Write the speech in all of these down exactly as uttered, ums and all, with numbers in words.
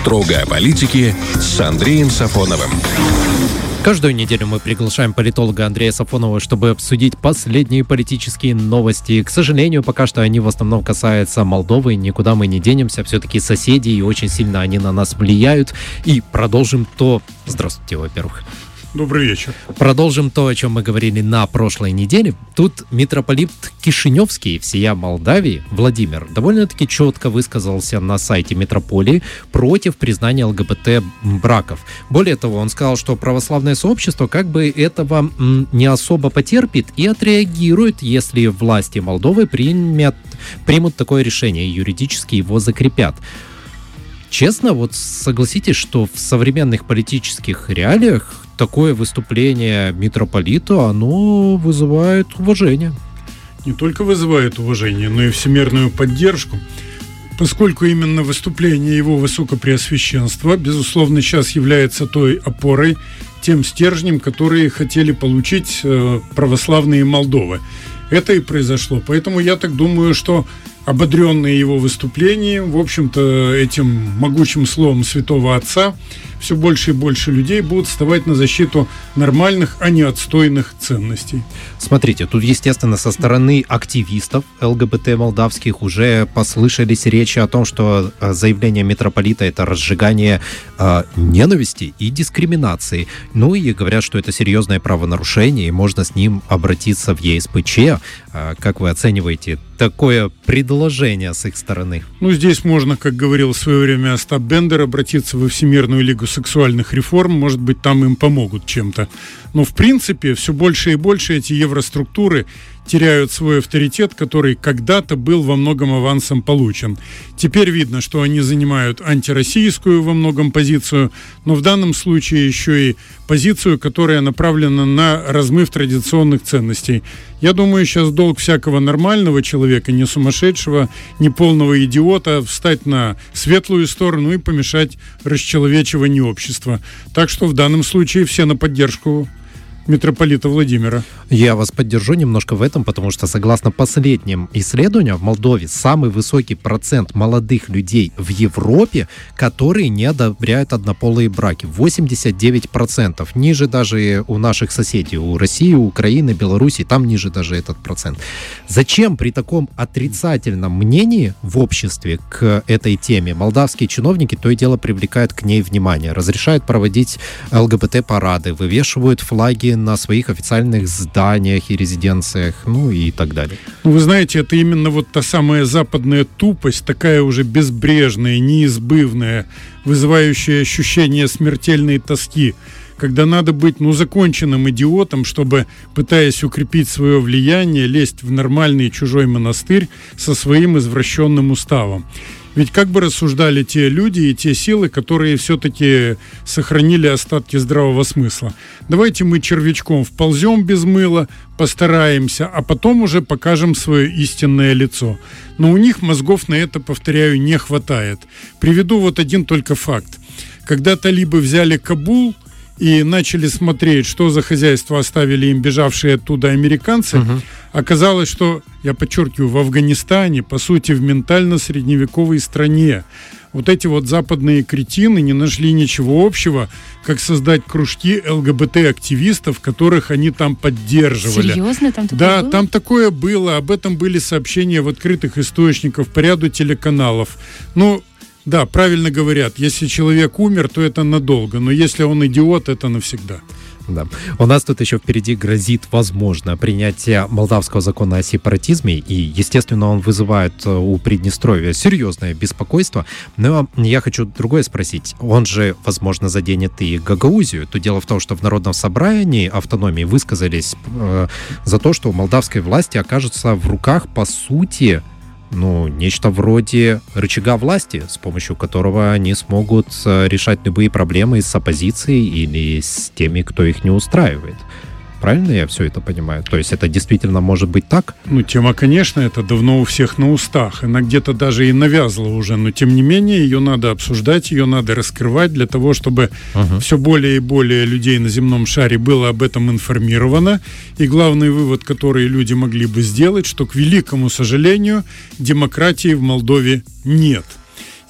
«Строго о политике» с Андреем Сафоновым. Каждую неделю мы приглашаем политолога Андрея Сафонова, чтобы обсудить последние политические новости. К сожалению, пока что они в основном касаются Молдовы. Никуда мы не денемся. Все-таки соседи, и очень сильно они на нас влияют. И продолжим то... Здравствуйте, во-первых. Добрый вечер. Продолжим то, о чем мы говорили на прошлой неделе. Тут митрополит Кишиневский всея Молдавии Владимир довольно-таки четко высказался на сайте митрополии против признания ЛГБТ-браков. Более того, он сказал, что православное сообщество как бы этого м, не особо потерпит и отреагирует, если власти Молдовы примят, примут такое решение и юридически его закрепят. Честно, вот согласитесь, что в современных политических реалиях такое выступление митрополита, оно вызывает уважение. Не только вызывает уважение, но и всемирную поддержку, поскольку именно выступление его высокопреосвященства, безусловно, сейчас является той опорой, тем стержнем, которые хотели получить э, православные Молдовы. Это и произошло. Поэтому я так думаю, что ободренные его выступлением, в общем-то, этим могучим словом святого отца, все больше и больше людей будут вставать на защиту нормальных, а не отстойных ценностей. Смотрите, тут, естественно, со стороны активистов ЛГБТ молдавских уже послышались речи о том, что заявление митрополита — это разжигание э, ненависти и дискриминации. Ну и говорят, что это серьезное правонарушение, и можно с ним обратиться в Е С П Ч. Э, как вы оцениваете такое предложение с их стороны? Ну, здесь можно, как говорил в свое время Остап Бендер, обратиться во Всемирную лигу сексуальных реформ, может быть, там им помогут чем-то. Но, в принципе, все больше и больше эти евроструктуры теряют свой авторитет, который когда-то был во многом авансом получен. Теперь видно, что они занимают антироссийскую во многом позицию, но в данном случае еще и позицию, которая направлена на размыв традиционных ценностей. Я думаю, сейчас долг всякого нормального человека, не сумасшедшего, не полного идиота, встать на светлую сторону и помешать расчеловечиванию общества. Так что в данном случае все на поддержку митрополита Владимира. Я вас поддержу немножко в этом, потому что, согласно последним исследованиям, в Молдове самый высокий процент молодых людей в Европе, которые не одобряют однополые браки. восемьдесят девять процентов. Ниже даже у наших соседей, у России, у Украины, Белоруссии, там ниже даже этот процент. Зачем при таком отрицательном мнении в обществе к этой теме молдавские чиновники то и дело привлекают к ней внимание, разрешают проводить ЛГБТ-парады, вывешивают флаги на своих официальных зданиях и резиденциях, ну и так далее. Вы знаете, это именно вот та самая западная тупость, такая уже безбрежная, неизбывная, вызывающая ощущение смертельной тоски, когда надо быть, ну, законченным идиотом, чтобы, пытаясь укрепить свое влияние, лезть в нормальный чужой монастырь со своим извращенным уставом. Ведь как бы рассуждали те люди и те силы, которые все-таки сохранили остатки здравого смысла. Давайте мы червячком вползем без мыла, постараемся, а потом уже покажем свое истинное лицо. Но у них мозгов на это, повторяю, не хватает. Приведу вот один только факт. Когда талибы взяли Кабул и начали смотреть, что за хозяйство оставили им бежавшие оттуда американцы, угу. Оказалось, что, я подчеркиваю, в Афганистане, по сути, в ментально-средневековой стране, вот эти вот западные кретины не нашли ничего общего, как создать кружки ЛГБТ-активистов, которых они там поддерживали. Серьезно? Там такое Да, было? там такое было. Об этом были сообщения в открытых источниках по ряду телеканалов. Ну, да, правильно говорят, если человек умер, то это надолго, но если он идиот, это навсегда. Да. У нас тут еще впереди грозит, возможно, принятие молдавского закона о сепаратизме, и, естественно, он вызывает у Приднестровья серьезное беспокойство. Но я хочу другое спросить. Он же, возможно, заденет и Гагаузию. То дело в том, что в Народном собрании автономии высказались э, за то, что у молдавской власти окажется в руках, по сути, ну, нечто вроде рычага власти, с помощью которого они смогут решать любые проблемы с оппозицией или с теми, кто их не устраивает. Правильно я все это понимаю? То есть это действительно может быть так? Ну, тема, конечно, это давно у всех на устах. Она где-то даже и навязла уже, но тем не менее ее надо обсуждать, ее надо раскрывать для того, чтобы uh-huh. все более и более людей на земном шаре было об этом информировано. И главный вывод, который люди могли бы сделать, что, к великому сожалению, демократии в Молдове нет.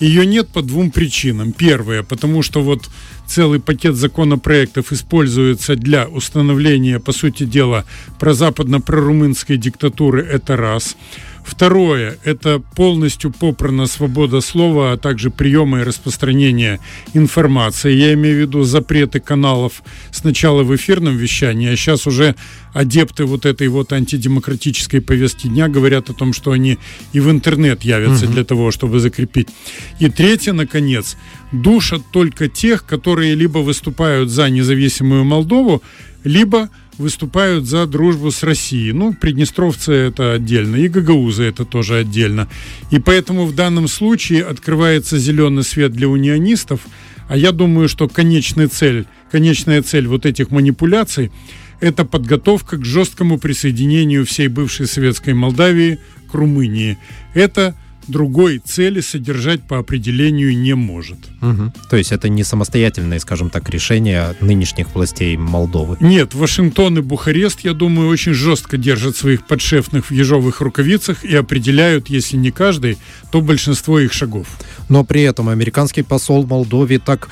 Ее нет по двум причинам. Первое, потому что вот целый пакет законопроектов используется для установления, по сути дела, прозападно-прорумынской диктатуры, это раз. Второе, это полностью попрана свобода слова, а также приема и распространения информации. Я имею в виду запреты каналов сначала в эфирном вещании, а сейчас уже адепты вот этой вот антидемократической повестки дня говорят о том, что они и в интернет явятся угу. для того, чтобы закрепить. И третье, наконец, душат только тех, которые либо выступают за независимую Молдову, либо выступают за дружбу с Россией. Ну, приднестровцы это отдельно, и гагаузы это тоже отдельно. И поэтому в данном случае открывается зеленый свет для унионистов, а я думаю, что конечная цель, конечная цель вот этих манипуляций – это подготовка к жесткому присоединению всей бывшей советской Молдавии к Румынии. Это другой цели содержать по определению не может. Угу. То есть это не самостоятельное, скажем так, решение нынешних властей Молдовы? Нет, Вашингтон и Бухарест, я думаю, очень жестко держат своих подшефных в ежовых рукавицах и определяют, если не каждый, то большинство их шагов. Но при этом американский посол в Молдове так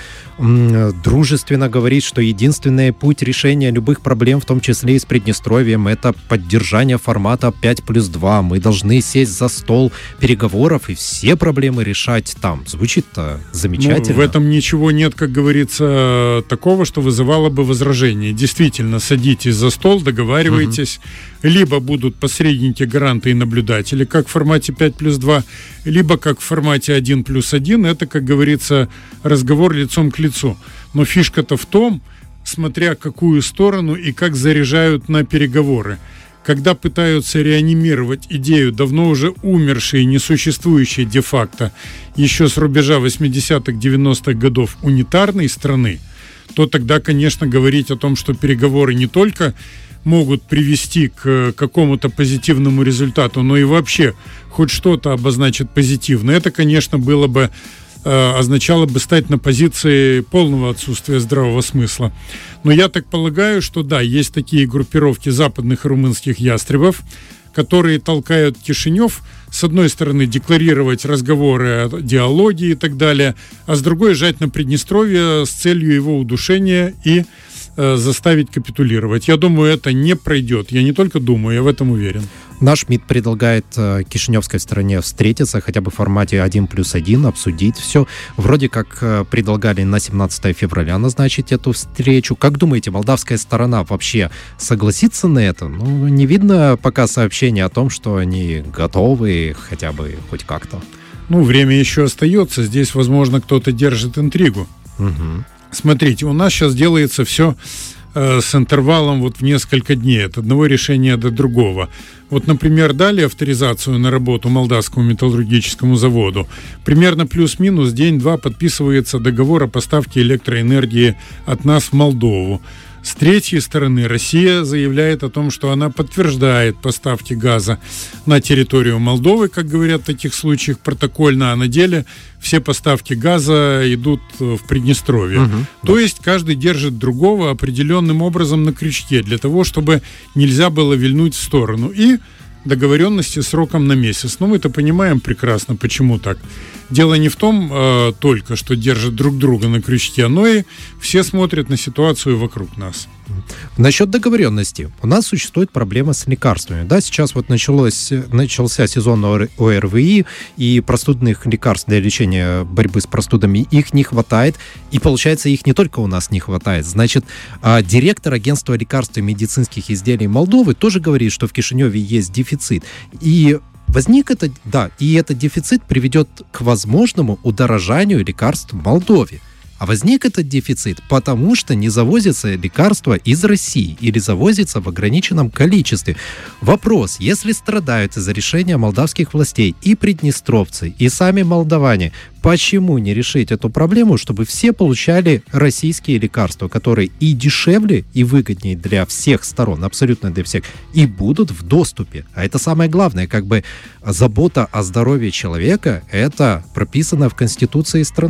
м- дружественно говорит, что единственный путь решения любых проблем, в том числе и с Приднестровьем, это поддержание формата пять плюс два. Мы должны сесть за стол переговоров и все проблемы решать там. Звучит-то замечательно. Ну, в этом ничего нет, как говорится, такого, что вызывало бы возражение. Действительно, садитесь за стол, договаривайтесь. Угу. Либо будут посредники, гаранты и наблюдатели, как в формате пять плюс два, либо как в формате один плюс один. Это, как говорится, разговор лицом к лицу. Но фишка-то в том, смотря какую сторону и как заряжают на переговоры. Когда пытаются реанимировать идею давно уже умершей, несуществующей де-факто еще с рубежа восьмидесятых-девяностых годов унитарной страны, то тогда, конечно, говорить о том, что переговоры не только могут привести к какому-то позитивному результату, но и вообще хоть что-то обозначит позитивно, это, конечно, было бы э, означало бы стать на позиции полного отсутствия здравого смысла. Но я так полагаю, что да, есть такие группировки западных и румынских ястребов, которые толкают Кишинев, с одной стороны, декларировать разговоры о диалоге и так далее, а с другой жать на Приднестровье с целью его удушения и э, заставить капитулировать. Я думаю, это не пройдет. Я не только думаю, я в этом уверен. Наш МИД предлагает э, кишиневской стороне встретиться хотя бы в формате один плюс один, обсудить все. Вроде как э, предлагали на семнадцатое февраля назначить эту встречу. Как думаете, молдавская сторона вообще согласится на это? Ну, не видно пока сообщения о том, что они готовы хотя бы хоть как-то. Ну, время еще остается. Здесь, возможно, кто-то держит интригу. Угу. Смотрите, у нас сейчас делается все э, с интервалом вот в несколько дней, от одного решения до другого. Вот, например, дали авторизацию на работу Молдавскому металлургическому заводу. Примерно плюс-минус день-два подписывается договор о поставке электроэнергии от нас в Молдову. С третьей стороны, Россия заявляет о том, что она подтверждает поставки газа на территорию Молдовы, как говорят в таких случаях протокольно, а на деле все поставки газа идут в Приднестровье. Угу. То есть каждый держит другого определенным образом на крючке, для того, чтобы нельзя было вильнуть в сторону. И договоренности сроком на месяц. Но мы-то понимаем прекрасно, почему так. Дело не в том э, только, что держат друг друга на крючке, но и все смотрят на ситуацию вокруг нас. Насчет договоренности. У нас существует проблема с лекарствами. Да, сейчас вот началось, начался сезон ОРВИ, и простудных лекарств для лечения борьбы с простудами их не хватает. И получается, их не только у нас не хватает. Значит, директор агентства лекарств и медицинских изделий Молдовы тоже говорит, что в Кишиневе есть дефицит. И возник этот, да, и этот дефицит приведет к возможному удорожанию лекарств в Молдове. А возник этот дефицит, потому что не завозятся лекарства из России или завозятся в ограниченном количестве. Вопрос, если страдают из-за решения молдавских властей и приднестровцы, и сами молдаване, почему не решить эту проблему, чтобы все получали российские лекарства, которые и дешевле, и выгоднее для всех сторон, абсолютно для всех, и будут в доступе. А это самое главное, как бы забота о здоровье человека, это прописано в Конституции страны.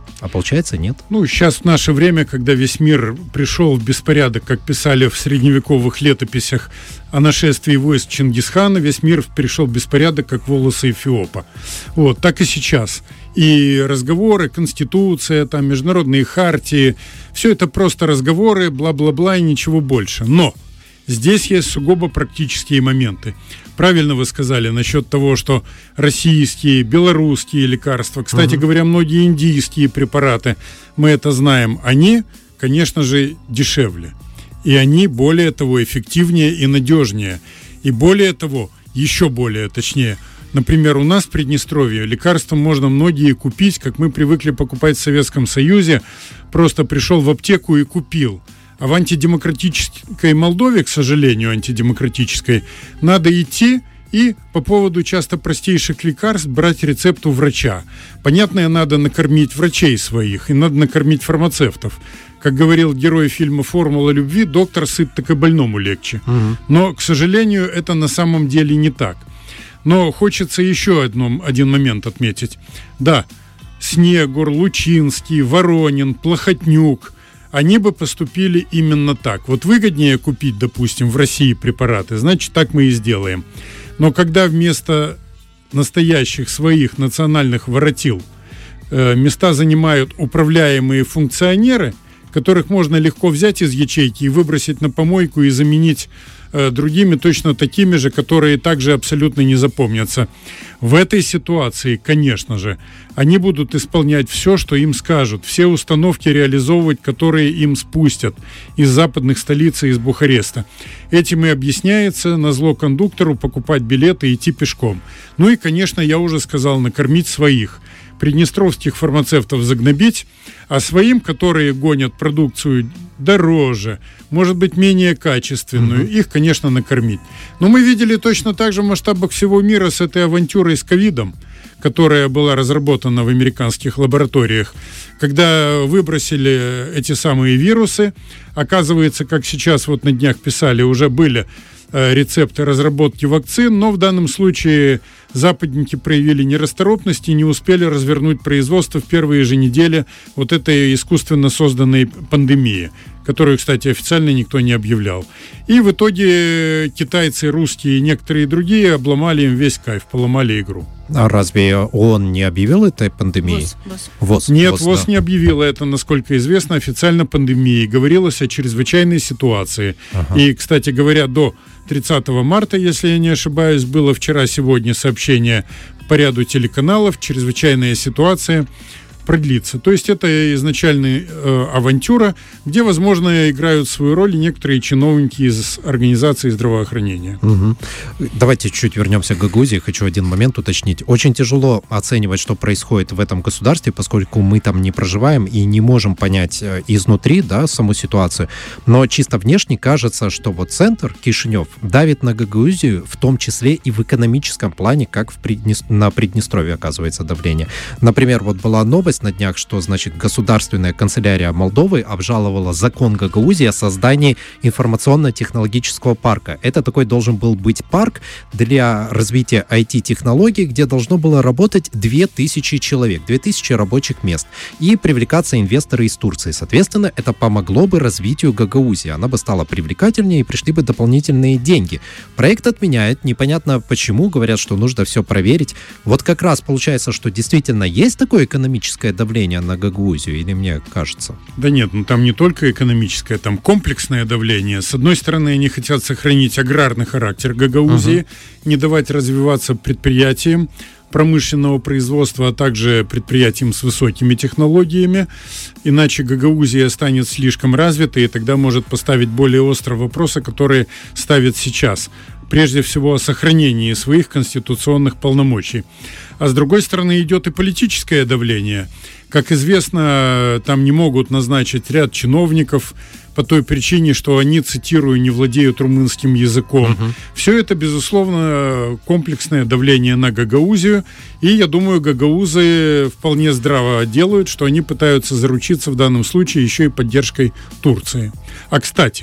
А получается, нет? Ну, сейчас в наше время, когда весь мир пришел в беспорядок, как писали в средневековых летописях о нашествии войск Чингисхана, весь мир пришел в беспорядок, как волосы Эфиопа. Вот, так и сейчас. И разговоры, конституция, там, международные хартии, все это просто разговоры, бла-бла-бла и ничего больше. Но здесь есть сугубо практические моменты. Правильно вы сказали насчет того, что российские, белорусские лекарства, кстати uh-huh. говоря, многие индийские препараты, мы это знаем, они, конечно же, дешевле. И они, более того, эффективнее и надежнее. И более того, еще более точнее, например, у нас в Приднестровье лекарства можно многие купить, как мы привыкли покупать в Советском Союзе, просто пришел в аптеку и купил. А в антидемократической Молдове, к сожалению, антидемократической, надо идти и по поводу часто простейших лекарств брать рецепт у врача. Понятно, надо накормить врачей своих, и надо накормить фармацевтов. Как говорил герой фильма «Формула любви», доктор сыт, так и больному легче. Угу. Но, к сожалению, это на самом деле не так. Но хочется еще одном, один момент отметить. Да, Снегур, Лучинский, Воронин, Плохотнюк, они бы поступили именно так. Вот выгоднее купить, допустим, в России препараты, значит, так мы и сделаем. Но когда вместо настоящих своих национальных воротил э, места занимают управляемые функционеры, которых можно легко взять из ячейки и выбросить на помойку и заменить э, другими точно такими же, которые также абсолютно не запомнятся. В этой ситуации, конечно же, они будут исполнять все, что им скажут, все установки реализовывать, которые им спустят из западных столиц и из Бухареста. Этим и объясняется назло кондуктору покупать билеты и идти пешком. Ну и, конечно, я уже сказал, накормить своих. Приднестровских фармацевтов загнобить, а своим, которые гонят продукцию дороже, может быть, менее качественную, mm-hmm. их, конечно, накормить. Но мы видели точно так же в масштабах всего мира с этой авантюрой с ковидом, которая была разработана в американских лабораториях. Когда выбросили эти самые вирусы, оказывается, как сейчас вот на днях писали, уже были э, рецепты разработки вакцин, но в данном случае западники проявили нерасторопность и не успели развернуть производство в первые же недели вот этой искусственно созданной пандемии, которую, кстати, официально никто не объявлял. И в итоге китайцы, русские и некоторые другие обломали им весь кайф, поломали игру. А разве ООН не объявил этой пандемией? ВОЗ, ВОЗ. ВОЗ, Нет, ВОЗ, ВОЗ да. не объявила это, насколько известно, официально пандемией. Говорилось о чрезвычайной ситуации. Ага. И, кстати говоря, до тридцатого марта, если я не ошибаюсь, было вчера-сегодня сообщение по ряду телеканалов, чрезвычайная ситуация продлится. То есть это изначальная э, авантюра, где, возможно, играют свою роль некоторые чиновники из организации здравоохранения. Угу. Давайте чуть вернемся к Гагаузии. Хочу один момент уточнить. Очень тяжело оценивать, что происходит в этом государстве, поскольку мы там не проживаем и не можем понять изнутри, да, саму ситуацию. Но чисто внешне кажется, что вот центр, Кишинев, давит на Гагаузию, в том числе и в экономическом плане, как в Приднес... на Приднестровье оказывается давление. Например, вот была новость на днях, что, значит, государственная канцелярия Молдовы обжаловала закон Гагаузии о создании информационно-технологического парка. Это такой должен был быть парк для развития ай ти-технологий, где должно было работать две тысячи человек, две тысячи рабочих мест, и привлекаться инвесторы из Турции. Соответственно, это помогло бы развитию Гагаузии. Она бы стала привлекательнее, и пришли бы дополнительные деньги. Проект отменяют, непонятно почему, говорят, что нужно все проверить. Вот как раз получается, что действительно есть такое экономическое давление на Гагаузию, или мне кажется? Да нет, ну там не только экономическое, там комплексное давление. С одной стороны, они хотят сохранить аграрный характер Гагаузии, uh-huh. не давать развиваться предприятиям промышленного производства, а также предприятиям с высокими технологиями. Иначе Гагаузия станет слишком развитой, и тогда может поставить более острые вопросы, которые ставят сейчас. Прежде всего о сохранении своих конституционных полномочий. А с другой стороны идет и политическое давление. Как известно, там не могут назначить ряд чиновников по той причине, что они, цитирую, не владеют румынским языком. Uh-huh. Все это, безусловно, комплексное давление на Гагаузию. И, я думаю, гагаузы вполне здраво делают, что они пытаются заручиться в данном случае еще и поддержкой Турции. А, кстати,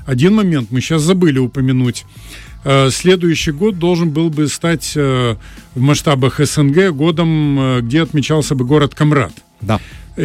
Один момент мы сейчас забыли упомянуть. Следующий год должен был бы стать в масштабах СНГ годом, где отмечался бы город Камрад. Да.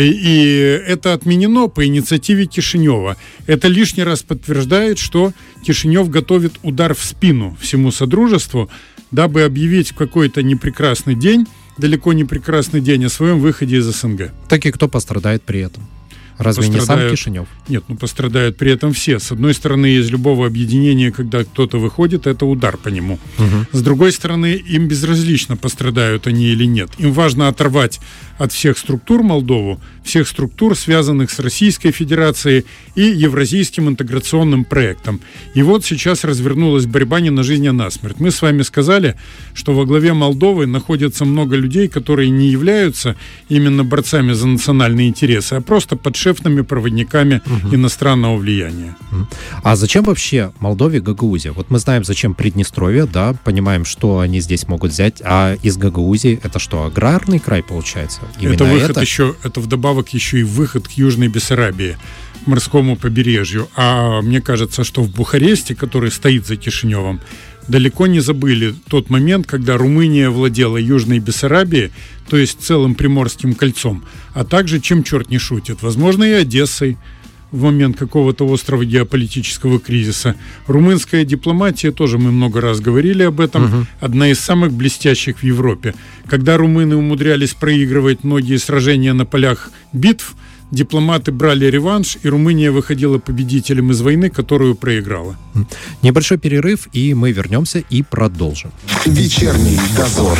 И это отменено по инициативе Кишинева. Это лишний раз подтверждает, что Кишинев готовит удар в спину всему Содружеству, дабы объявить в какой-то непрекрасный день, далеко не прекрасный день, о своем выходе из СНГ. Так и кто пострадает при этом? Разве не сам Кишинев? Нет, ну пострадают при этом все. С одной стороны, из любого объединения, когда кто-то выходит, это удар по нему. Угу. С другой стороны, им безразлично, пострадают они или нет. Им важно оторвать от всех структур Молдову, всех структур, связанных с Российской Федерацией и Евразийским интеграционным проектом. И вот сейчас развернулась борьба не на жизнь, а на смерть. Мы с вами сказали, что во главе Молдовы находится много людей, которые не являются именно борцами за национальные интересы, а просто подшефными проводниками угу. иностранного влияния. А зачем вообще Молдове Гагаузия? Вот мы знаем, зачем Приднестровье, да, понимаем, что они здесь могут взять, а из Гагаузии это что, аграрный край получается? Именно это выход это? еще, это вдобавок еще и выход к Южной Бессарабии, к морскому побережью. А мне кажется, что в Бухаресте, который стоит за Кишиневом, далеко не забыли тот момент, когда Румыния владела Южной Бессарабией, то есть целым Приморским кольцом, а также, чем черт не шутит, возможно, и Одессой в момент какого-то острого геополитического кризиса. Румынская дипломатия, тоже мы много раз говорили об этом, угу. одна из самых блестящих в Европе. Когда румыны умудрялись проигрывать многие сражения на полях битв, дипломаты брали реванш, и Румыния выходила победителем из войны, которую проиграла. Небольшой перерыв, и мы вернемся и продолжим. Вечерний дозор.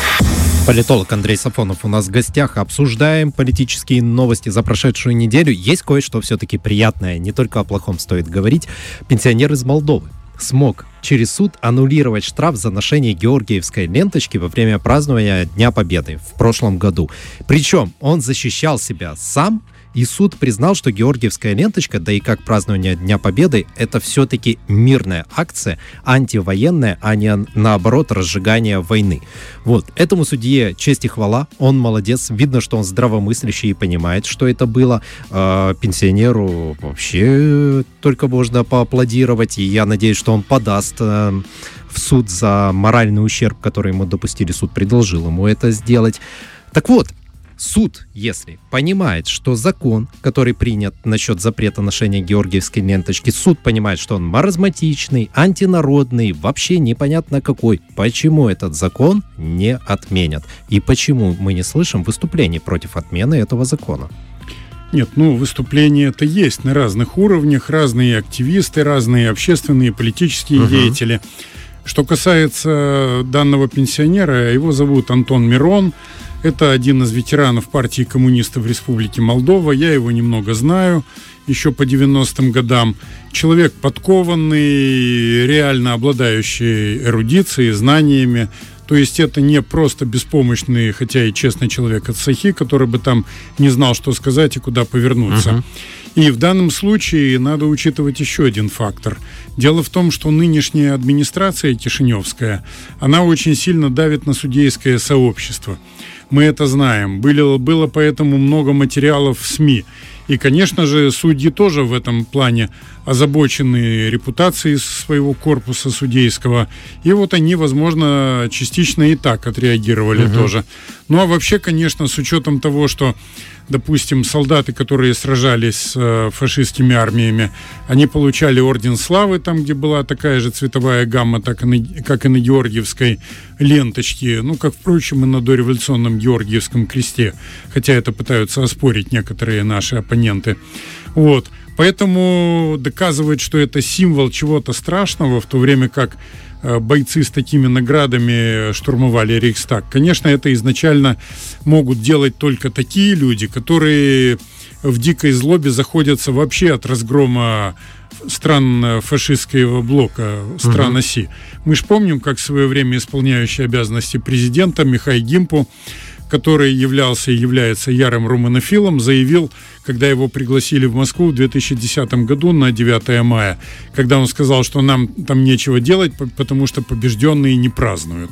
Политолог Андрей Сафонов у нас в гостях. Обсуждаем политические новости за прошедшую неделю. Есть кое-что все-таки приятное. Не только о плохом стоит говорить. Пенсионер из Молдовы смог через суд аннулировать штраф за ношение георгиевской ленточки во время празднования Дня Победы в прошлом году. Причем он защищал себя сам, и суд признал, что георгиевская ленточка, да и как празднование Дня Победы, это все-таки мирная акция, антивоенная, а не, наоборот, разжигание войны. Вот. Этому судье честь и хвала, он молодец, видно, что он здравомыслящий и понимает, что это было. А пенсионеру вообще только можно поаплодировать, и я надеюсь, что он подаст а, в суд за моральный ущерб, который ему допустили. Суд предложил ему это сделать. Так вот, суд, если понимает, что закон, который принят насчет запрета ношения георгиевской ленточки, суд понимает, что он маразматичный, антинародный, вообще непонятно какой. Почему этот закон не отменят? И почему мы не слышим выступлений против отмены этого закона? Нет, ну, выступления-то есть на разных уровнях, разные активисты, разные общественные, политические угу. деятели. Что касается данного пенсионера, его зовут Антон Мирон. Это один из ветеранов партии коммунистов Республики Молдова. Я его немного знаю, еще по девяностым годам. Человек подкованный, реально обладающий эрудицией, знаниями. То есть это не просто беспомощный, хотя и честный человек от Сахи, который бы там не знал, что сказать и куда повернуться. Uh-huh. И в данном случае надо учитывать еще один фактор. Дело в том, что нынешняя администрация кишиневская, она очень сильно давит на судейское сообщество. Мы это знаем. Было, было поэтому много материалов в СМИ. И, конечно же, судьи тоже в этом плане озабочены репутацией своего корпуса судейского. И вот они, возможно, частично и так отреагировали угу. тоже. Ну, а вообще, конечно, с учетом того, что, допустим, солдаты, которые сражались с э, фашистскими армиями, они получали орден славы, там, где была такая же цветовая гамма, так и на, как и на георгиевской ленточке, ну, как, впрочем, и на дореволюционном георгиевском кресте, хотя это пытаются оспорить некоторые наши оппоненты. Вот. Поэтому доказывать, что это символ чего-то страшного, в то время как э, бойцы с такими наградами штурмовали Рейхстаг, конечно, это изначально могут делать только такие люди, которые в дикой злобе заходятся вообще от разгрома стран фашистского блока, стран оси. Мы же помним, как в свое время исполняющий обязанности президента Михай Гимпу, который являлся и является ярым румынофилом, заявил, когда его пригласили в Москву в две тысячи десятом году на девятое мая, когда он сказал, что нам там нечего делать, потому что побежденные не празднуют.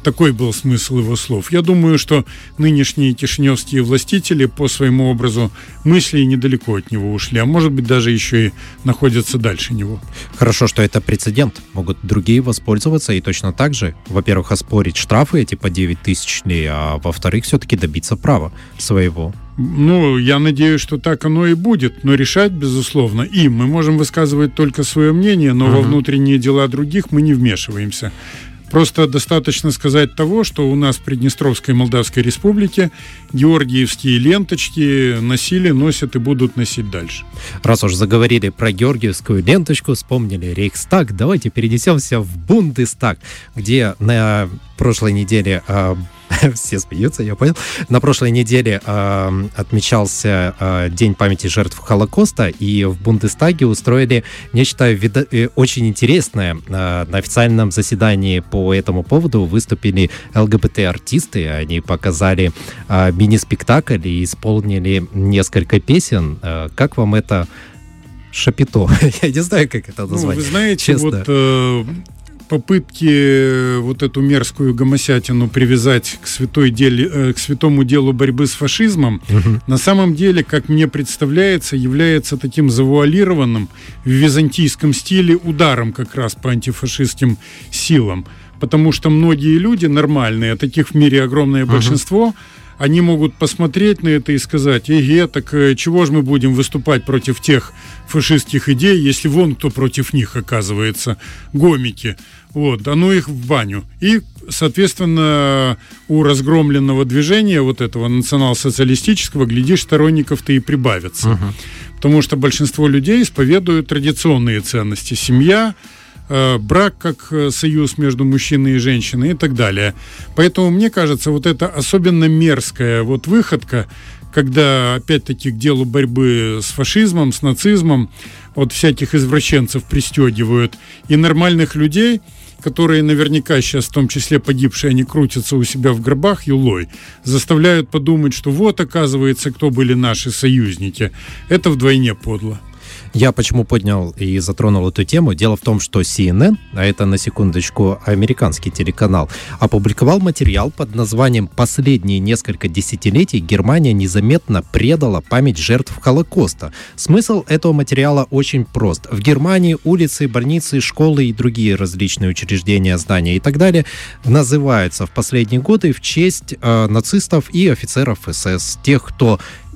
Такой был смысл его слов. Я думаю, что нынешние кишиневские властители по своему образу мысли недалеко от него ушли, а может быть даже еще и находятся дальше него. Хорошо, что это прецедент. Могут другие воспользоваться и точно так же, во-первых, оспорить штрафы эти по девять тысяч, а во-вторых, все-таки добиться права своего. Ну, я надеюсь, что так оно и будет, но решать, безусловно, им. Мы можем высказывать только свое мнение, но uh-huh. во внутренние дела других мы не вмешиваемся. Просто достаточно сказать того, что у нас в Приднестровской Молдавской Республике георгиевские ленточки носили, носят и будут носить дальше. Раз уж заговорили про георгиевскую ленточку, вспомнили Рейхстаг, давайте перенесемся в Бундестаг, где на прошлой неделе... Все смеются, я понял. На прошлой неделе э, отмечался э, День памяти жертв Холокоста, и в Бундестаге устроили нечто видо- э, очень интересное. Э, на официальном заседании по этому поводу выступили ЛГБТ-артисты. Они показали э, мини-спектакль и исполнили несколько песен. Э, как вам это шапито? Я не знаю, как это назвать. Ну, вы знаете, честно. вот... Э... попытки вот эту мерзкую гомосятину привязать к, святой деле, к святому делу борьбы с фашизмом, угу. на самом деле, как мне представляется, является таким завуалированным в византийском стиле ударом как раз по антифашистским силам. Потому что многие люди нормальные, а таких в мире огромное угу. большинство, они могут посмотреть на это и сказать: эге, так чего же мы будем выступать против тех фашистских идей, если вон кто против них оказывается, гомики. Вот, а ну их в баню. И, соответственно, у разгромленного движения, вот этого национал-социалистического, глядишь, сторонников-то и прибавится. Uh-huh. Потому что большинство людей исповедуют традиционные ценности. Семья, э, брак как союз между мужчиной и женщиной и так далее. Поэтому, мне кажется, вот эта особенно мерзкая вот выходка, когда, опять-таки, к делу борьбы с фашизмом, с нацизмом, вот всяких извращенцев пристегивают, и нормальных людей, которые наверняка сейчас, в том числе погибшие, они крутятся у себя в гробах юлой, заставляют подумать, что вот, оказывается, кто были наши союзники. Это вдвойне подло. Я почему поднял и затронул эту тему? Дело в том, что си эн эн, а это, на секундочку, американский телеканал, опубликовал материал под названием «Последние несколько десятилетий Германия незаметно предала память жертв Холокоста». Смысл этого материала очень прост. В Германии улицы, больницы, школы и другие различные учреждения, здания и так далее называются в последние годы в честь э, нацистов и офицеров эс эс, тех, кто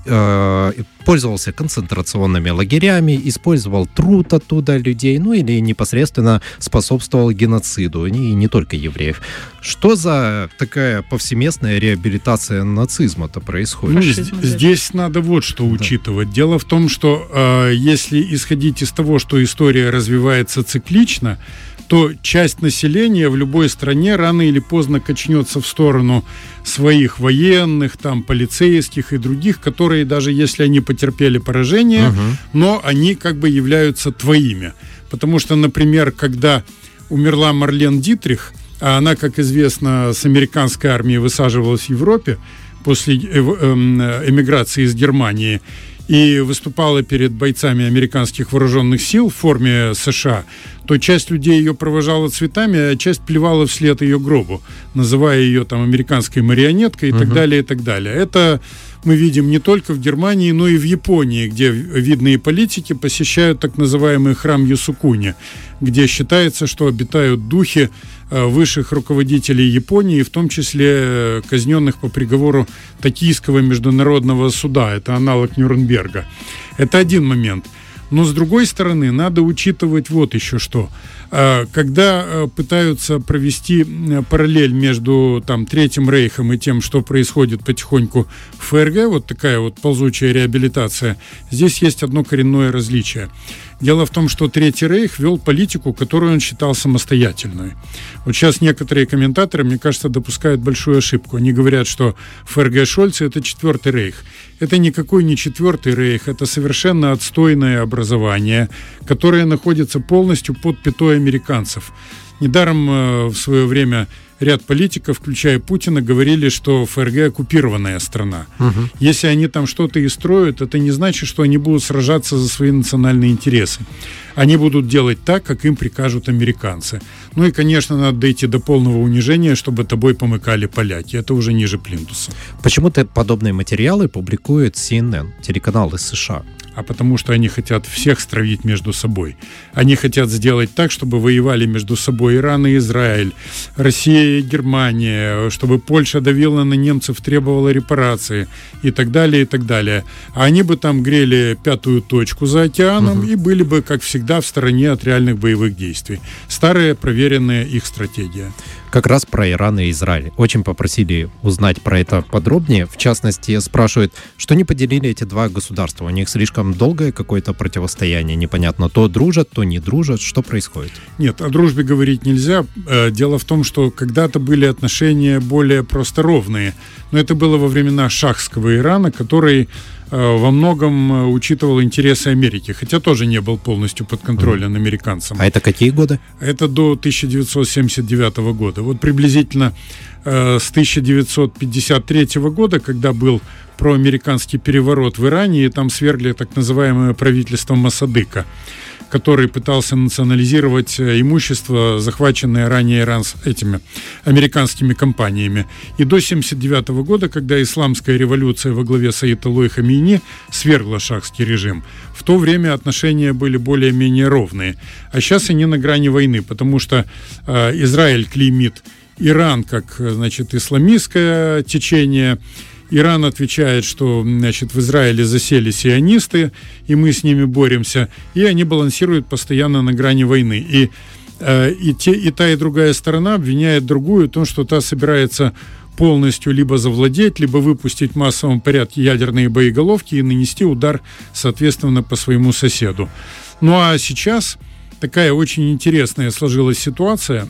пользовался концентрационными лагерями, использовал труд оттуда людей, ну или непосредственно способствовал геноциду, и не только евреев. Что за такая повсеместная реабилитация нацизма-то происходит? Ну, здесь, здесь надо вот что да. учитывать. Дело в том, что э, если исходить из того, что история развивается циклично, то часть населения в любой стране рано или поздно качнется в сторону своих военных, там, полицейских и других, которые, даже если они потерпели поражение, uh-huh. но они как бы являются твоими. Потому что, например, когда умерла Марлен Дитрих, а она, как известно, с американской армией высаживалась в Европе после эмиграции из Германии, и выступала перед бойцами американских вооруженных сил в форме США, то часть людей ее провожала цветами, а часть плевала вслед ее гробу, называя ее там американской марионеткой и uh-huh. так далее, и так далее. Это мы видим не только в Германии, но и в Японии, где видные политики посещают так называемый храм Йосукуни, где считается, что обитают духи высших руководителей Японии, в том числе казненных по приговору Токийского международного суда. Это аналог Нюрнберга. Это один момент. Но, с другой стороны, надо учитывать вот еще что. Когда пытаются провести параллель между там, Третьим Рейхом и тем, что происходит потихоньку в эф эр гэ, вот такая вот ползучая реабилитация, здесь есть одно коренное различие. Дело в том, что Третий Рейх вел политику, которую он считал самостоятельной. Вот сейчас некоторые комментаторы, мне кажется, допускают большую ошибку. Они говорят, что эф эр гэ Шольца – это Четвертый Рейх. Это никакой не Четвертый Рейх, это совершенно отстойное образование, которое находится полностью под пятой американцев. Недаром э, в свое время ряд политиков, включая Путина, говорили, что ФРГ оккупированная страна. Угу. Если они там что-то и строят, это не значит, что они будут сражаться за свои национальные интересы. Они будут делать так, как им прикажут американцы. Ну и, конечно, надо дойти до полного унижения, чтобы тобой помыкали поляки. Это уже ниже плинтуса. Почему-то подобные материалы публикует си эн эн, телеканал из США. А потому что они хотят всех стравить между собой. Они хотят сделать так, чтобы воевали между собой Иран и Израиль, Россия и Германия, чтобы Польша давила на немцев, требовала репарации и так далее, и так далее. А они бы там грели пятую точку за океаном угу. и были бы, как всегда, в стороне от реальных боевых действий. Старая, проверенная их стратегия. Как раз про Иран и Израиль. Очень попросили узнать про это подробнее. В частности, спрашивают, что не поделили эти два государства. У них слишком долгое какое-то противостояние. Непонятно, то дружат, то не дружат. Что происходит? Нет, о дружбе говорить нельзя. Дело в том, что когда-то были отношения более просто ровные. Но это было во времена шахского Ирана, который во многом учитывал интересы Америки, хотя тоже не был полностью подконтролен американцам. А это какие годы? Это до тысяча девятьсот семьдесят девятого года. Вот приблизительно э, с тысяча девятьсот пятьдесят третьего года, когда был проамериканский переворот в Иране, и там свергли так называемое правительство Моссадека, который пытался национализировать имущество, захваченное ранее Иран этими американскими компаниями. И до семьдесят девятого года, когда исламская революция во главе с Аятоллой Хамейни свергла шахский режим, в то время отношения были более-менее ровные. А сейчас они на грани войны, потому что э, Израиль клеймит Иран как, значит, исламистское течение. Иран отвечает, что, значит, в Израиле засели сионисты, и мы с ними боремся, и они балансируют постоянно на грани войны. И, э, и, те, и та, и другая сторона обвиняет другую в том, что та собирается полностью либо завладеть, либо выпустить в массовом порядке ядерные боеголовки и нанести удар, соответственно, по своему соседу. Ну а сейчас такая очень интересная сложилась ситуация,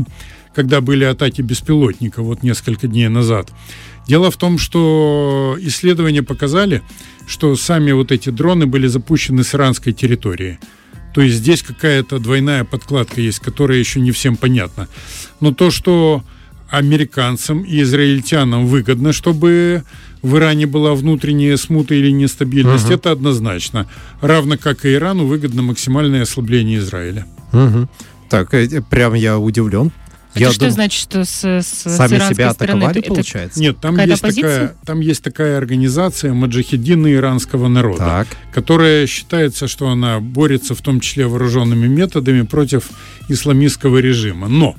когда были атаки беспилотников вот несколько дней назад. Дело в том, что исследования показали, что сами вот эти дроны были запущены с иранской территории. То есть здесь какая-то двойная подкладка есть, которая еще не всем понятна. Но то, что американцам и израильтянам выгодно, чтобы в Иране была внутренняя смута или нестабильность, угу. это однозначно. Равно как и Ирану выгодно максимальное ослабление Израиля. Угу. Так, прям я удивлен. Это я что дум... значит, что с, с, сами с себя стороны атаковали, это, получается? Нет, там есть, такая, там есть такая организация маджахедины иранского народа, так. которая считается, что она борется в том числе вооруженными методами против исламистского режима. Но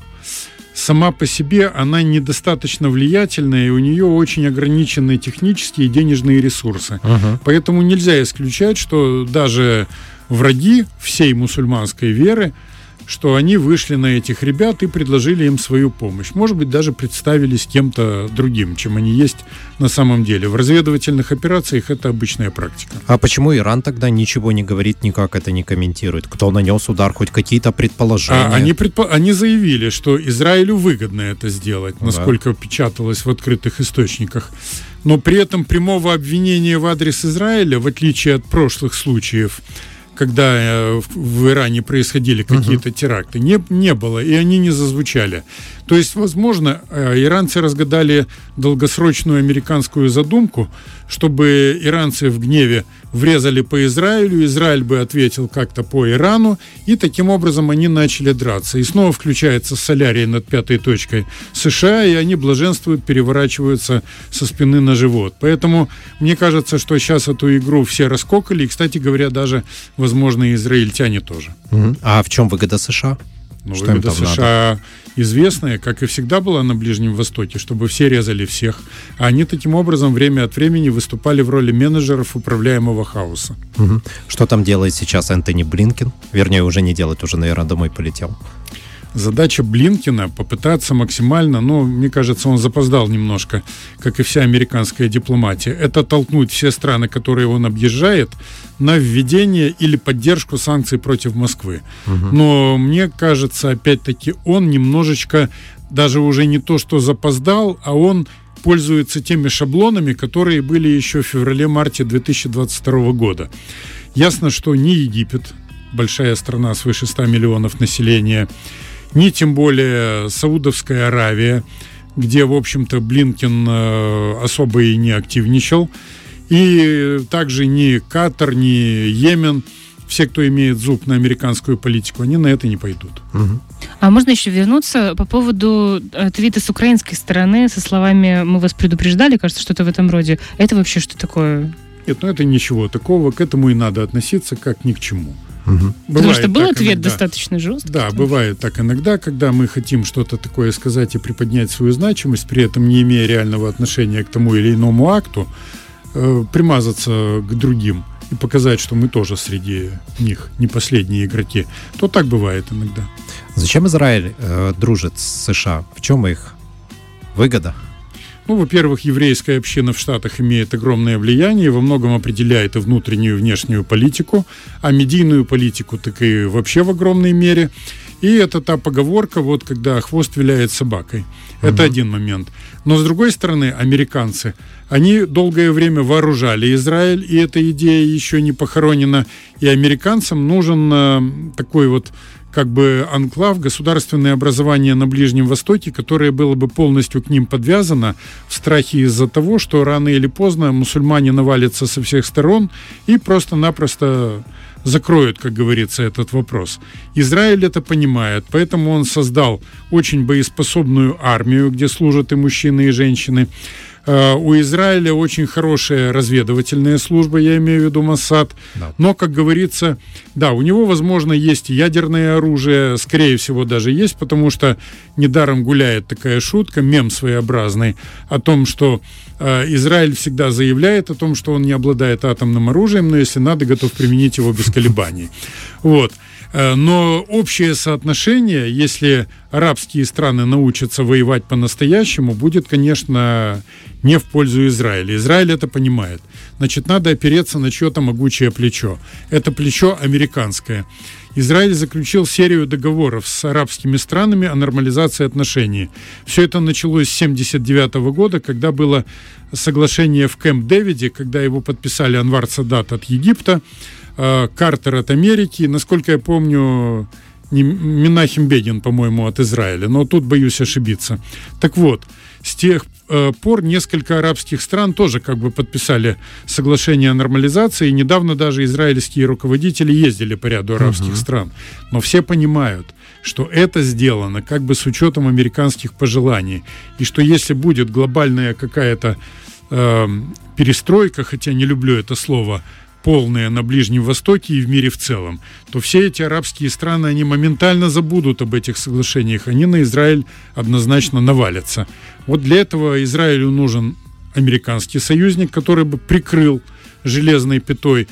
сама по себе она недостаточно влиятельная, и у нее очень ограниченные технические и денежные ресурсы. Uh-huh. Поэтому нельзя исключать, что даже враги всей мусульманской веры, что они вышли на этих ребят и предложили им свою помощь. Может быть, даже представились кем-то другим, чем они есть на самом деле. В разведывательных операциях это обычная практика. А почему Иран тогда ничего не говорит, никак это не комментирует? Кто нанес удар, хоть какие-то предположения? А, они, предпо... они заявили, что Израилю выгодно это сделать, насколько да. печаталось в открытых источниках. Но при этом прямого обвинения в адрес Израиля, в отличие от прошлых случаев, когда в Иране происходили какие-то uh-huh. теракты, не, не было, и они не зазвучали. То есть, возможно, иранцы разгадали долгосрочную американскую задумку, чтобы иранцы в гневе врезали по Израилю, Израиль бы ответил как-то по Ирану, и таким образом они начали драться. И снова включается солярий над пятой точкой США, и они блаженствуют, переворачиваются со спины на живот. Поэтому мне кажется, что сейчас эту игру все раскокали, и, кстати говоря, даже, возможно, и израильтяне тоже. Uh-huh. А в чем выгода США? Ну, выгода США надо? Известная, как и всегда была на Ближнем Востоке, чтобы все резали всех. А они таким образом время от времени выступали в роли менеджеров управляемого хаоса. Угу. Что там делает сейчас Энтони Блинкен? Вернее, уже не делает, уже, наверное, домой полетел. Задача Блинкена попытаться максимально, ну, мне кажется, он запоздал немножко, как и вся американская дипломатия, это толкнуть все страны, которые он объезжает, на введение или поддержку санкций против Москвы. Угу. Но мне кажется, опять-таки, он немножечко даже уже не то, что запоздал, а он пользуется теми шаблонами, которые были еще в феврале-марте две тысячи двадцать второго года. Ясно, что ни Египет, большая страна свыше ста миллионов населения, ни тем более Саудовская Аравия, где, в общем-то, Блинкен особо и не активничал, и также ни Катар, ни Йемен, все, кто имеет зуб на американскую политику, они на это не пойдут. Угу. А можно еще вернуться по поводу твита с украинской стороны со словами «мы вас предупреждали», кажется, что-то в этом роде. Это вообще что такое? Нет, ну это ничего такого, к этому и надо относиться как ни к чему. Угу. Потому что был ответ иногда. достаточно жесткий. Да, бывает так иногда, когда мы хотим что-то такое сказать и приподнять свою значимость, при этом не имея реального отношения к тому или иному акту, э, примазаться к другим и показать, что мы тоже среди них не последние игроки, то так бывает иногда. Зачем Израиль э, дружит с США? В чем их выгода? Ну, во-первых, еврейская община в Штатах имеет огромное влияние, во многом определяет и внутреннюю, и внешнюю политику, а медийную политику так и вообще в огромной мере. И это та поговорка, вот когда хвост виляет собакой. Это uh-huh. один момент. Но, с другой стороны, американцы, они долгое время вооружали Израиль, и эта идея еще не похоронена. И американцам нужен э, такой вот как бы анклав, государственное образование на Ближнем Востоке, которое было бы полностью к ним подвязано в страхе из-за того, что рано или поздно мусульмане навалятся со всех сторон и просто-напросто закроют, как говорится, этот вопрос. Израиль это понимает, поэтому он создал очень боеспособную армию, где служат и мужчины, и женщины. У Израиля очень хорошая разведывательная служба, я имею в виду Моссад, да. Но, как говорится, да, у него, возможно, есть ядерное оружие, скорее всего, даже есть, потому что недаром гуляет такая шутка, мем своеобразный, о том, что э, Израиль всегда заявляет о том, что он не обладает атомным оружием, но если надо, готов применить его без колебаний. Вот. Но общее соотношение, если арабские страны научатся воевать по-настоящему, будет, конечно, не в пользу Израиля. Израиль это понимает. Значит, надо опереться на чье-то могучее плечо. Это плечо американское. Израиль заключил серию договоров с арабскими странами о нормализации отношений. Все это началось с семьдесят девятого года, когда было соглашение в Кэмп-Дэвиде, когда его подписали Анвар Садат от Египта, Картер от Америки, насколько я помню, Менахем Бегин, по-моему, от Израиля, но тут боюсь ошибиться. Так вот, с тех пор несколько арабских стран тоже как бы подписали соглашение о нормализации, и недавно даже израильские руководители ездили по ряду арабских uh-huh. стран. Но все понимают, что это сделано как бы с учетом американских пожеланий, и что если будет глобальная какая-то э, перестройка, хотя не люблю это слово, полная на Ближнем Востоке и в мире в целом, то все эти арабские страны, они моментально забудут об этих соглашениях, они на Израиль однозначно навалятся. Вот для этого Израилю нужен американский союзник, который бы прикрыл железной пятой,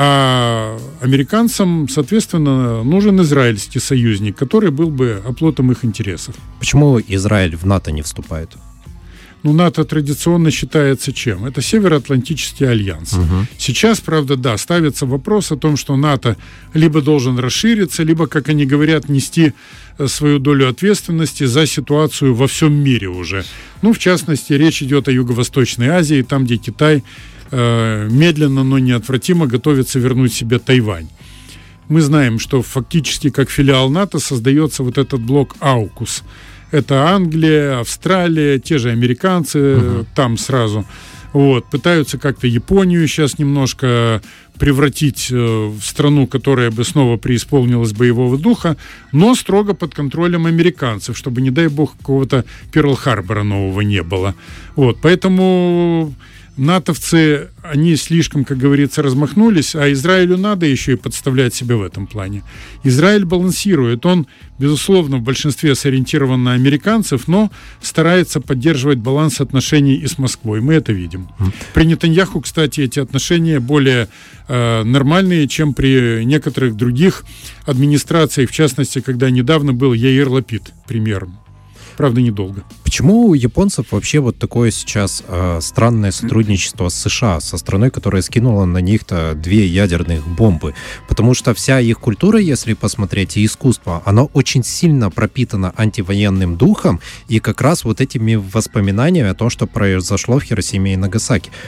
а американцам, соответственно, нужен израильский союзник, который был бы оплотом их интересов. Почему Израиль в НАТО не вступает? Ну, НАТО традиционно считается чем? Это Североатлантический альянс. Угу. Сейчас, правда, да, ставится вопрос о том, что НАТО либо должен расшириться, либо, как они говорят, нести свою долю ответственности за ситуацию во всем мире уже. Ну, в частности, речь идет о Юго-Восточной Азии, там, где Китай э, медленно, но неотвратимо готовится вернуть себе Тайвань. Мы знаем, что фактически как филиал НАТО создается вот этот блок аукус. Это Англия, Австралия, те же американцы uh-huh. там сразу. Вот, пытаются как-то Японию сейчас немножко превратить в страну, которая бы снова преисполнилась боевого духа, но строго под контролем американцев, чтобы, не дай бог, какого-то Перл-Харбора нового не было. Вот, поэтому натовцы, они слишком, как говорится, размахнулись, а Израилю надо еще и подставлять себя в этом плане. Израиль балансирует, он, безусловно, в большинстве сориентирован на американцев, но старается поддерживать баланс отношений и с Москвой. Мы это видим. При Нетаньяху, кстати, эти отношения более э, нормальные, чем при некоторых других администрациях, в частности, когда недавно был Яир Лапид премьером. Правда, недолго. Почему у японцев вообще вот такое сейчас э, странное сотрудничество с США, со страной, которая скинула на них-то две ядерных бомбы? Потому что вся их культура, если посмотреть, и искусство, оно очень сильно пропитано антивоенным духом и как раз вот этими воспоминаниями о том, что произошло в Хиросиме и Нагасаки.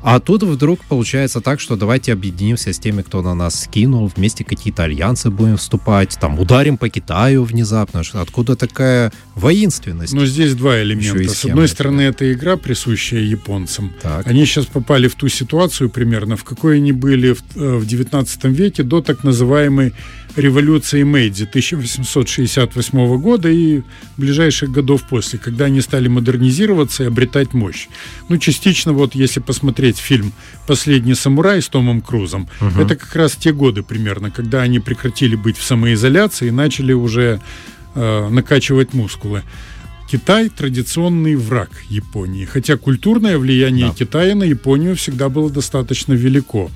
А тут вдруг получается так, что давайте объединимся с теми, кто на нас скинул, вместе какие-то альянсы будем вступать, там ударим по Китаю внезапно. Откуда такая воинственность? Ну, здесь два элемента. С одной стороны, это игра, присущая японцам. Так. Они сейчас попали в ту ситуацию примерно, в какой они были в, в девятнадцатом веке до так называемой революции Мэйдзи тысяча восемьсот шестьдесят восьмого года и ближайших годов после, когда они стали модернизироваться и обретать мощь. Ну, частично, вот если посмотреть фильм «Последний самурай» с Томом Крузом, угу. это как раз те годы примерно, когда они прекратили быть в самоизоляции и начали уже э, накачивать мускулы. Китай – традиционный враг Японии, хотя культурное влияние да. Китая на Японию всегда было достаточно велико.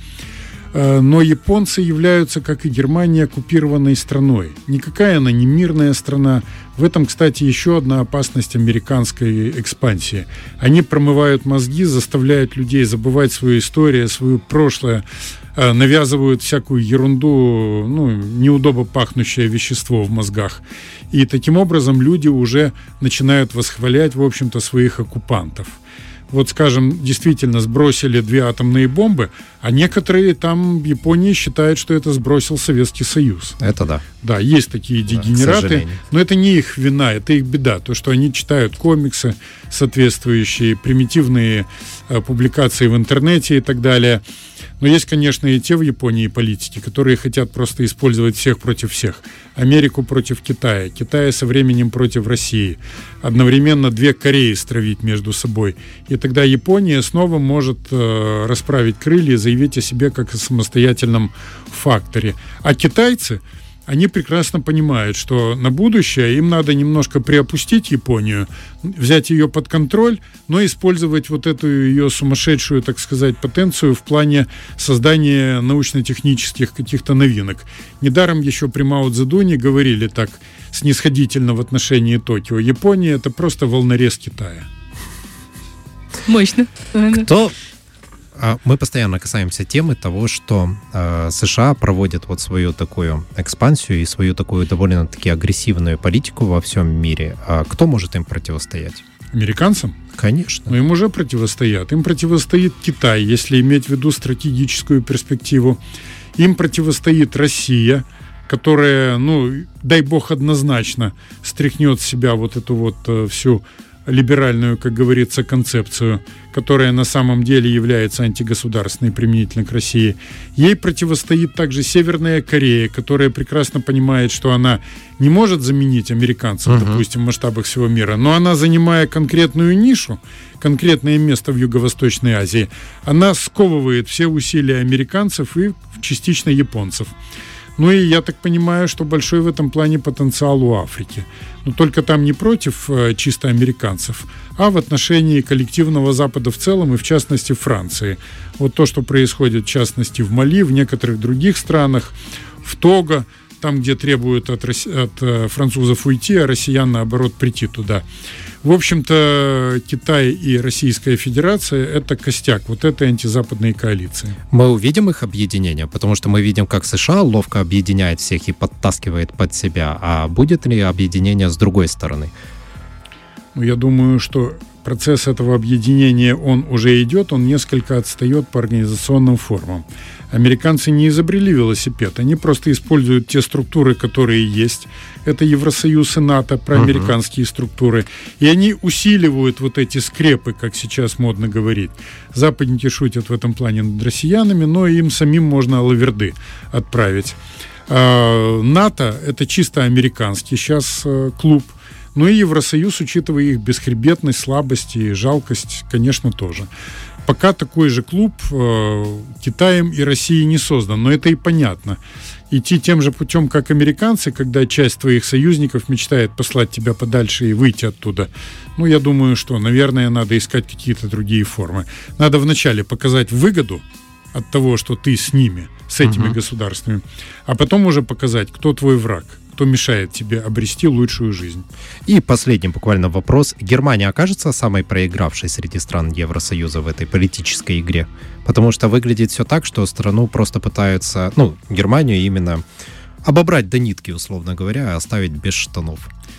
Но японцы являются, как и Германия, оккупированной страной. Никакая она не мирная страна. В этом, кстати, еще одна опасность американской экспансии. Они промывают мозги, заставляют людей забывать свою историю, свое прошлое, навязывают всякую ерунду, ну, неудобно пахнущее вещество в мозгах. И таким образом люди уже начинают восхвалять, в общем-то, своих оккупантов. Вот, скажем, действительно сбросили две атомные бомбы, а некоторые там в Японии считают, что это сбросил Советский Союз. Это да. Да, есть такие дегенераты, да, но это не их вина, это их беда. То, что они читают комиксы соответствующие, примитивные э, публикации в интернете и так далее. Но есть, конечно, и те в Японии политики, которые хотят просто использовать всех против всех. Америку против Китая, Китая со временем против России. Одновременно две Кореи стравить между собой. И тогда Япония снова может э, расправить крылья и заявить о себе как о самостоятельном факторе. А китайцы, они прекрасно понимают, что на будущее им надо немножко приопустить Японию, взять ее под контроль, но использовать вот эту ее сумасшедшую, так сказать, потенцию в плане создания научно-технических каких-то новинок. Недаром еще при Мао Цзэдуне говорили так снисходительно в отношении Токио. Япония — это просто волнорез Китая. Мощно. Кто... Мы постоянно касаемся темы того, что э, США проводят вот свою такую экспансию и свою такую довольно-таки агрессивную политику во всем мире. А кто может им противостоять? Американцам? Конечно. Но им уже противостоят. Им противостоит Китай, если иметь в виду стратегическую перспективу. Им противостоит Россия, которая, ну, дай бог, однозначно стряхнет с себя вот эту вот э, всю либеральную, как говорится, концепцию, которая на самом деле является антигосударственной применительно к России. Ей противостоит также Северная Корея, которая прекрасно понимает, что она не может заменить американцев, uh-huh. допустим, в масштабах всего мира, но она, занимая конкретную нишу, конкретное место в Юго-Восточной Азии, она сковывает все усилия американцев и частично японцев. Ну и я так понимаю, что большой в этом плане потенциал у Африки. Но только там не против э, чисто американцев, а в отношении коллективного Запада в целом и в частности Франции. Вот то, что происходит в частности в Мали, в некоторых других странах, в Того, там, где требуют от, от э, французов уйти, а россиян, наоборот, прийти туда. В общем-то, Китай и Российская Федерация – это костяк вот этой антизападной коалиции. Мы увидим их объединение, потому что мы видим, как США ловко объединяет всех и подтаскивает под себя. А будет ли объединение с другой стороны? Ну, я думаю, что процесс этого объединения, он уже идет, он несколько отстает по организационным формам. Американцы не изобрели велосипед, они просто используют те структуры, которые есть. Это Евросоюз и НАТО, проамериканские uh-huh. структуры. И они усиливают вот эти скрепы, как сейчас модно говорить. Западники шутят в этом плане над россиянами, но им самим можно алаверды отправить. А, НАТО — это чисто американский сейчас а, клуб. Ну и Евросоюз, учитывая их бесхребетность, слабость и жалкость, конечно, тоже. Пока такой же клуб э, Китаем и Россией не создан, но это и понятно. Идти тем же путем, как американцы, когда часть твоих союзников мечтает послать тебя подальше и выйти оттуда, ну, я думаю, что, наверное, надо искать какие-то другие формы. Надо вначале показать выгоду от того, что ты с ними, с этими uh-huh. государствами, а потом уже показать, кто твой враг, кто мешает тебе обрести лучшую жизнь. И последний буквально вопрос. Германия окажется самой проигравшей среди стран Евросоюза в этой политической игре? Потому что выглядит все так, что страну просто пытаются, ну, Германию именно обобрать до нитки, условно говоря, и оставить без штанов.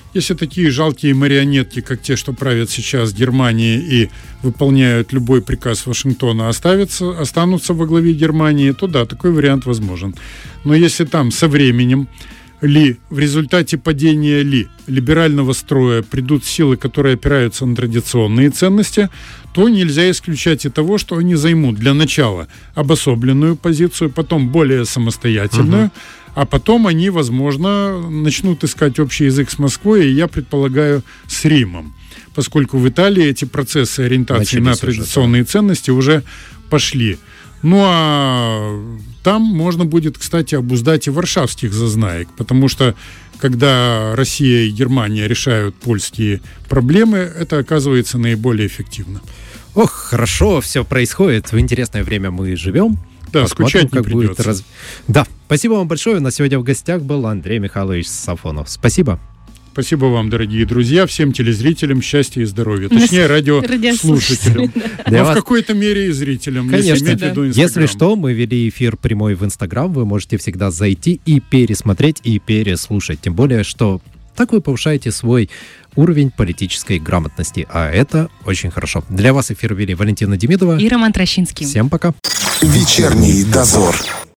Если такие жалкие марионетки, как те, что правят сейчас Германией и выполняют любой приказ Вашингтона, оставятся, останутся во главе Германии, то да, такой вариант возможен. Но если там со временем ли, в результате падения ли либерального строя придут силы, которые опираются на традиционные ценности, то нельзя исключать и того, что они займут для начала обособленную позицию, потом более самостоятельную, угу. а потом они, возможно, начнут искать общий язык с Москвой, и я предполагаю, с Римом, поскольку в Италии эти процессы ориентации Начались на традиционные уже, да. ценности уже пошли. Ну, а там можно будет, кстати, обуздать и варшавских зазнаек, потому что, когда Россия и Германия решают польские проблемы, это оказывается наиболее эффективно. Ох, хорошо все происходит. В интересное время мы живем. Да, Посмотрим, скучать не как придется. Будет раз... Да, спасибо вам большое. На сегодня в гостях был Андрей Михайлович Сафонов. Спасибо. Спасибо вам, дорогие друзья, всем телезрителям счастья и здоровья. Точнее, радиослушателям. Но в какой-то мере и зрителям. Конечно. Если что, мы вели эфир прямой в Инстаграм. Вы можете всегда зайти и пересмотреть, и переслушать. Тем более, что так вы повышаете свой уровень политической грамотности. А это очень хорошо. Для вас эфир вели Валентина Демидова и Роман Трощинский. Всем пока. Вечерний дозор.